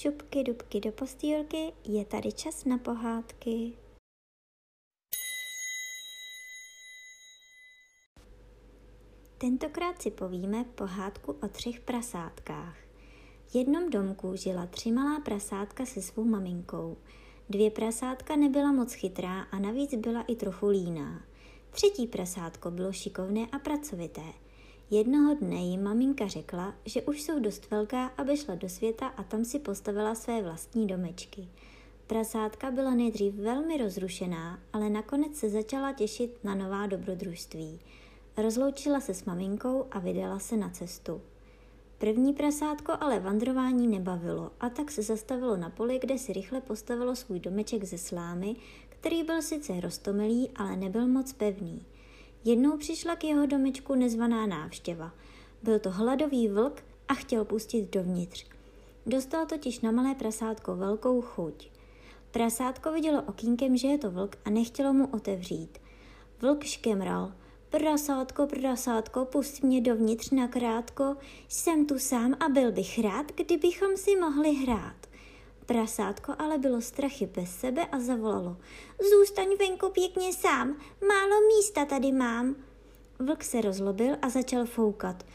šupky dubky do postýlky, je tady čas na pohádky. Tentokrát si povíme pohádku o 3 prasátkách. V jednom domku žila 3 malá prasátka se svou maminkou. 2 prasátka nebyla moc chytrá a navíc byla i trochu líná. 3. prasátko bylo šikovné a pracovité. Jednoho dne jim maminka řekla, že už jsou dost velká, aby šla do světa a tam si postavila své vlastní domečky. Prasátka byla nejdřív velmi rozrušená, ale nakonec se začala těšit na nová dobrodružství. Rozloučila se s maminkou a vydala se na cestu. První prasátko ale vandrování nebavilo a tak se zastavilo na poli, kde si rychle postavilo svůj domeček ze slámy, který byl sice roztomilý, ale nebyl moc pevný. Jednou přišla k jeho domečku nezvaná návštěva. Byl to hladový vlk a chtěl pustit dovnitř. Dostal totiž na malé prasátko velkou chuť. Prasátko vidělo okýnkem, že je to vlk a nechtělo mu otevřít. Vlk škemral. Prasátko, pust mě dovnitř na krátko, jsem tu sám a byl bych rád, kdybychom si mohli hrát. Prasátko ale bylo strachy bez sebe a zavolalo. Zůstaň venku pěkně sám, málo místa tady mám. Vlk se rozlobil a začal foukat.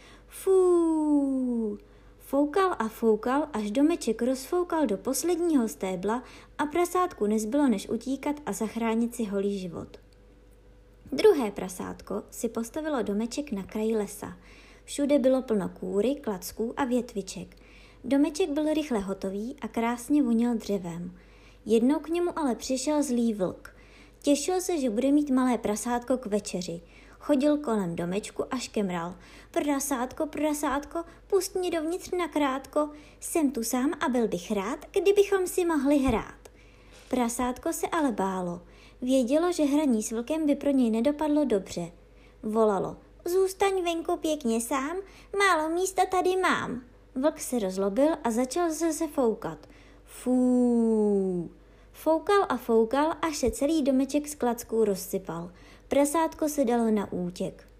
Fú! Foukal a foukal, až domeček rozfoukal do posledního stébla a prasátku nezbylo než utíkat a zachránit si holý život. Druhé prasátko si postavilo domeček na kraji lesa. Všude bylo plno kůry, klacků a větviček. Domeček byl rychle hotový a krásně voněl dřevem. Jednou k němu ale přišel zlý vlk. Těšil se, že bude mít malé prasátko k večeři. Chodil kolem domečku a škemral. Prasátko, pust mě dovnitř na krátko. Jsem tu sám a byl bych rád, kdybychom si mohli hrát. Prasátko se ale bálo. Vědělo, že hraní s vlkem by pro něj nedopadlo dobře. Volalo. Zůstaň venku pěkně sám, málo místa tady mám. Vlk se rozlobil a začal zase foukat. Fú. Foukal a foukal, až se celý domeček z klacků rozsypal. Prasátko se dalo na útěk.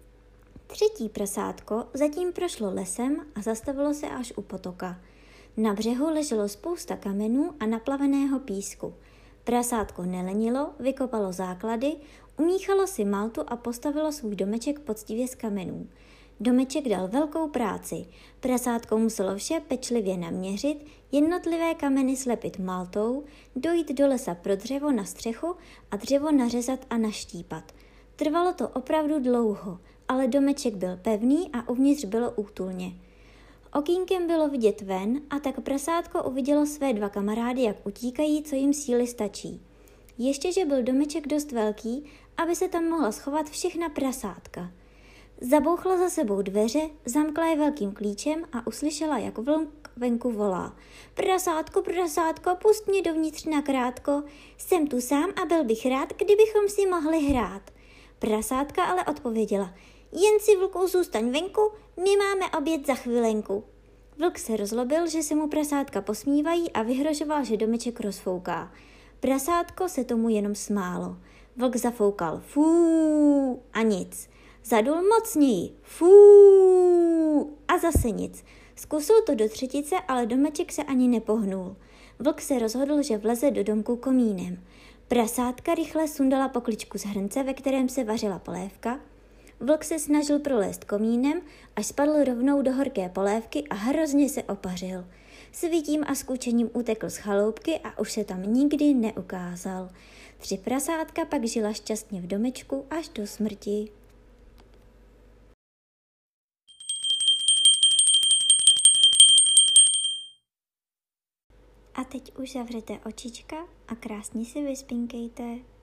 3. prasátko zatím prošlo lesem a zastavilo se až u potoka. Na břehu leželo spousta kamenů a naplaveného písku. Prasátko nelenilo, vykopalo základy, umíchalo si maltu a postavilo svůj domeček poctivě z kamenů. Domeček dal velkou práci. Prasátko muselo vše pečlivě naměřit, jednotlivé kameny slepit maltou, dojít do lesa pro dřevo na střechu a dřevo nařezat a naštípat. Trvalo to opravdu dlouho, ale domeček byl pevný a uvnitř bylo útulně. Okýnkem bylo vidět ven a tak prasátko uvidělo své 2 kamarády, jak utíkají, co jim síly stačí. Ještě, že byl domeček dost velký, aby se tam mohla schovat všechna prasátka. Zabouchla za sebou dveře, zamkla je velkým klíčem a uslyšela, jak vlk venku volá. Prasátko, pust mě dovnitř na krátko, jsem tu sám a byl bych rád, kdybychom si mohli hrát. Prasátka ale odpověděla. Jen si, vlku, zůstaň venku, my máme oběd za chvilenku. Vlk se rozlobil, že se mu prasátka posmívají a vyhrožoval, že domeček rozfouká. Prasátko se tomu jenom smálo. Vlk zafoukal fú a nic. Zadul mocněji fú a zase nic. Zkusil to do 3, ale domeček se ani nepohnul. Vlk se rozhodl, že vleze do domku komínem. Prasátka rychle sundala pokličku z hrnce, ve kterém se vařila polévka. Vlk se snažil prolézt komínem, až spadl rovnou do horké polévky a hrozně se opařil. S vytím a skučením utekl z chaloupky a už se tam nikdy neukázal. 3 prasátka pak žila šťastně v domečku až do smrti. A teď už zavřete očička a krásně si vyspinkejte.